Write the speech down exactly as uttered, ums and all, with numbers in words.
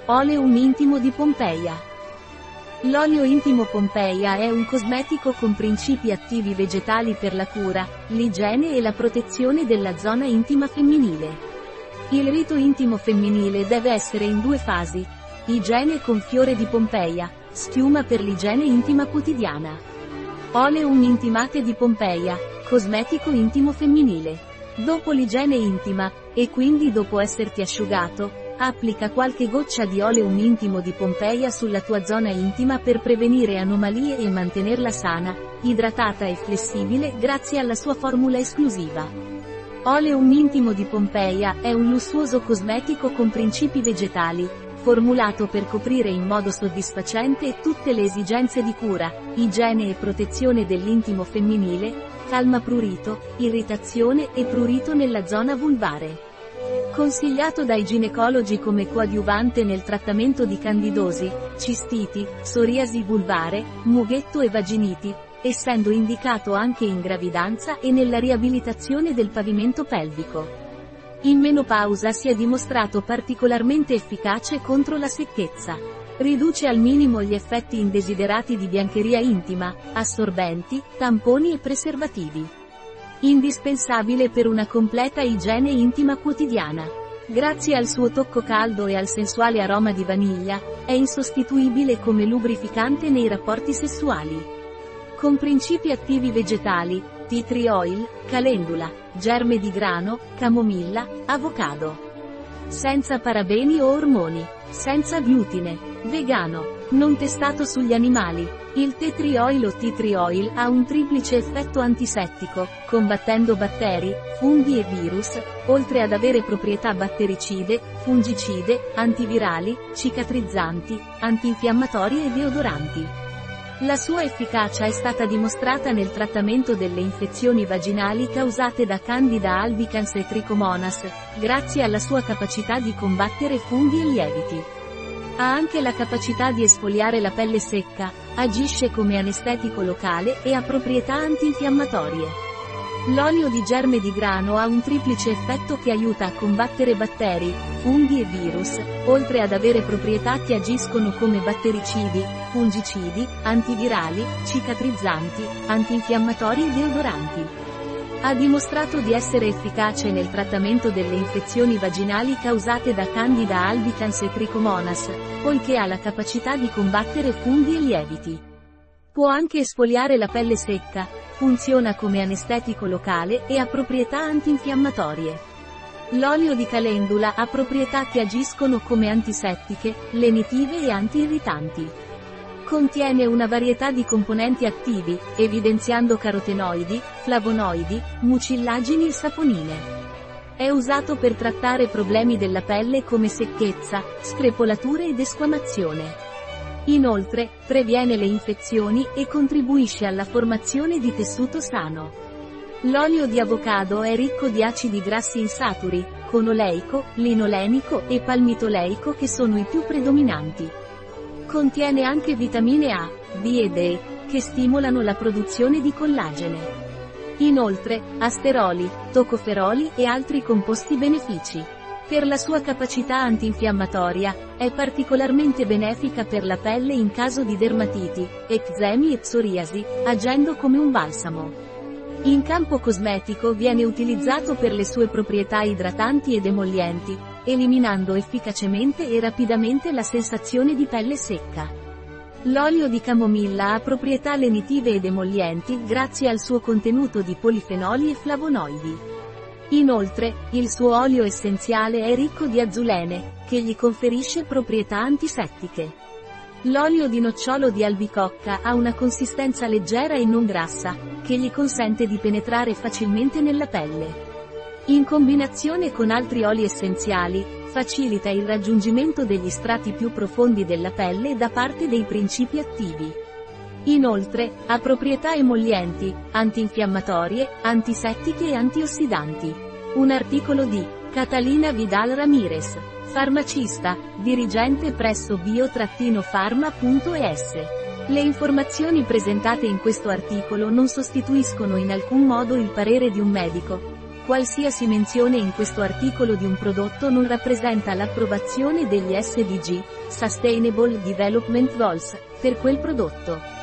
Oleum intimo di Pompeia. L'olio intimo Pompeia è un cosmetico con principi attivi vegetali per la cura, l'igiene e la protezione della zona intima femminile. Il rito intimo femminile deve essere in due fasi. Igiene con fiore di Pompeia, schiuma per l'igiene intima quotidiana. Oleum intimate di Pompeia, cosmetico intimo femminile. Dopo l'igiene intima, e quindi dopo esserti asciugato, applica qualche goccia di oleum intimo di Pompeia sulla tua zona intima per prevenire anomalie e mantenerla sana, idratata e flessibile grazie alla sua formula esclusiva. Oleum intimo di Pompeia è un lussuoso cosmetico con principi vegetali, formulato per coprire in modo soddisfacente tutte le esigenze di cura, igiene e protezione dell'intimo femminile, calma prurito, irritazione e prurito nella zona vulvare. Consigliato dai ginecologi come coadiuvante nel trattamento di candidosi, cistiti, psoriasi vulvare, mughetto e vaginiti, essendo indicato anche in gravidanza e nella riabilitazione del pavimento pelvico. In menopausa si è dimostrato particolarmente efficace contro la secchezza. Riduce al minimo gli effetti indesiderati di biancheria intima, assorbenti, tamponi e preservativi. Indispensabile per una completa igiene intima quotidiana. Grazie al suo tocco caldo e al sensuale aroma di vaniglia, è insostituibile come lubrificante nei rapporti sessuali. Con principi attivi vegetali, tea tree oil, calendula, germe di grano, camomilla, avocado. Senza parabeni o ormoni. Senza glutine. Vegano. Non testato sugli animali. Il tea tree oil o tea tree oil ha un triplice effetto antisettico, combattendo batteri, funghi e virus, oltre ad avere proprietà battericide, fungicide, antivirali, cicatrizzanti, antinfiammatorie e deodoranti. La sua efficacia è stata dimostrata nel trattamento delle infezioni vaginali causate da Candida albicans e Trichomonas, grazie alla sua capacità di combattere funghi e lieviti. Ha anche la capacità di esfoliare la pelle secca, agisce come anestetico locale e ha proprietà antinfiammatorie. L'olio di germe di grano ha un triplice effetto che aiuta a combattere batteri, funghi e virus, oltre ad avere proprietà che agiscono come battericidi, fungicidi, antivirali, cicatrizzanti, antinfiammatori e deodoranti. Ha dimostrato di essere efficace nel trattamento delle infezioni vaginali causate da Candida albicans e Trichomonas, poiché ha la capacità di combattere funghi e lieviti. Può anche esfoliare la pelle secca, funziona come anestetico locale e ha proprietà antinfiammatorie. L'olio di calendula ha proprietà che agiscono come antisettiche, lenitive e anti-irritanti. Contiene una varietà di componenti attivi, evidenziando carotenoidi, flavonoidi, mucillagini e saponine. È usato per trattare problemi della pelle come secchezza, screpolature ed esquamazione. Inoltre, previene le infezioni e contribuisce alla formazione di tessuto sano. L'olio di avocado è ricco di acidi grassi insaturi, con oleico, linolenico e palmitoleico che sono i più predominanti. Contiene anche vitamine A, B ed E, che stimolano la produzione di collagene. Inoltre, ha steroli, tocoferoli e altri composti benefici. Per la sua capacità antinfiammatoria, è particolarmente benefica per la pelle in caso di dermatiti, eczemi e psoriasi, agendo come un balsamo. In campo cosmetico viene utilizzato per le sue proprietà idratanti ed emollienti, eliminando efficacemente e rapidamente la sensazione di pelle secca. L'olio di camomilla ha proprietà lenitive ed emollienti grazie al suo contenuto di polifenoli e flavonoidi. Inoltre, il suo olio essenziale è ricco di azzulene, che gli conferisce proprietà antisettiche. L'olio di nocciolo di albicocca ha una consistenza leggera e non grassa, che gli consente di penetrare facilmente nella pelle. In combinazione con altri oli essenziali, facilita il raggiungimento degli strati più profondi della pelle da parte dei principi attivi. Inoltre, ha proprietà emollienti, antinfiammatorie, antisettiche e antiossidanti. Un articolo di Catalina Vidal Ramirez, farmacista, dirigente presso bio-pharma punto es. Le informazioni presentate in questo articolo non sostituiscono in alcun modo il parere di un medico. Qualsiasi menzione in questo articolo di un prodotto non rappresenta l'approvazione degli S D G, Sustainable Development Goals, per quel prodotto.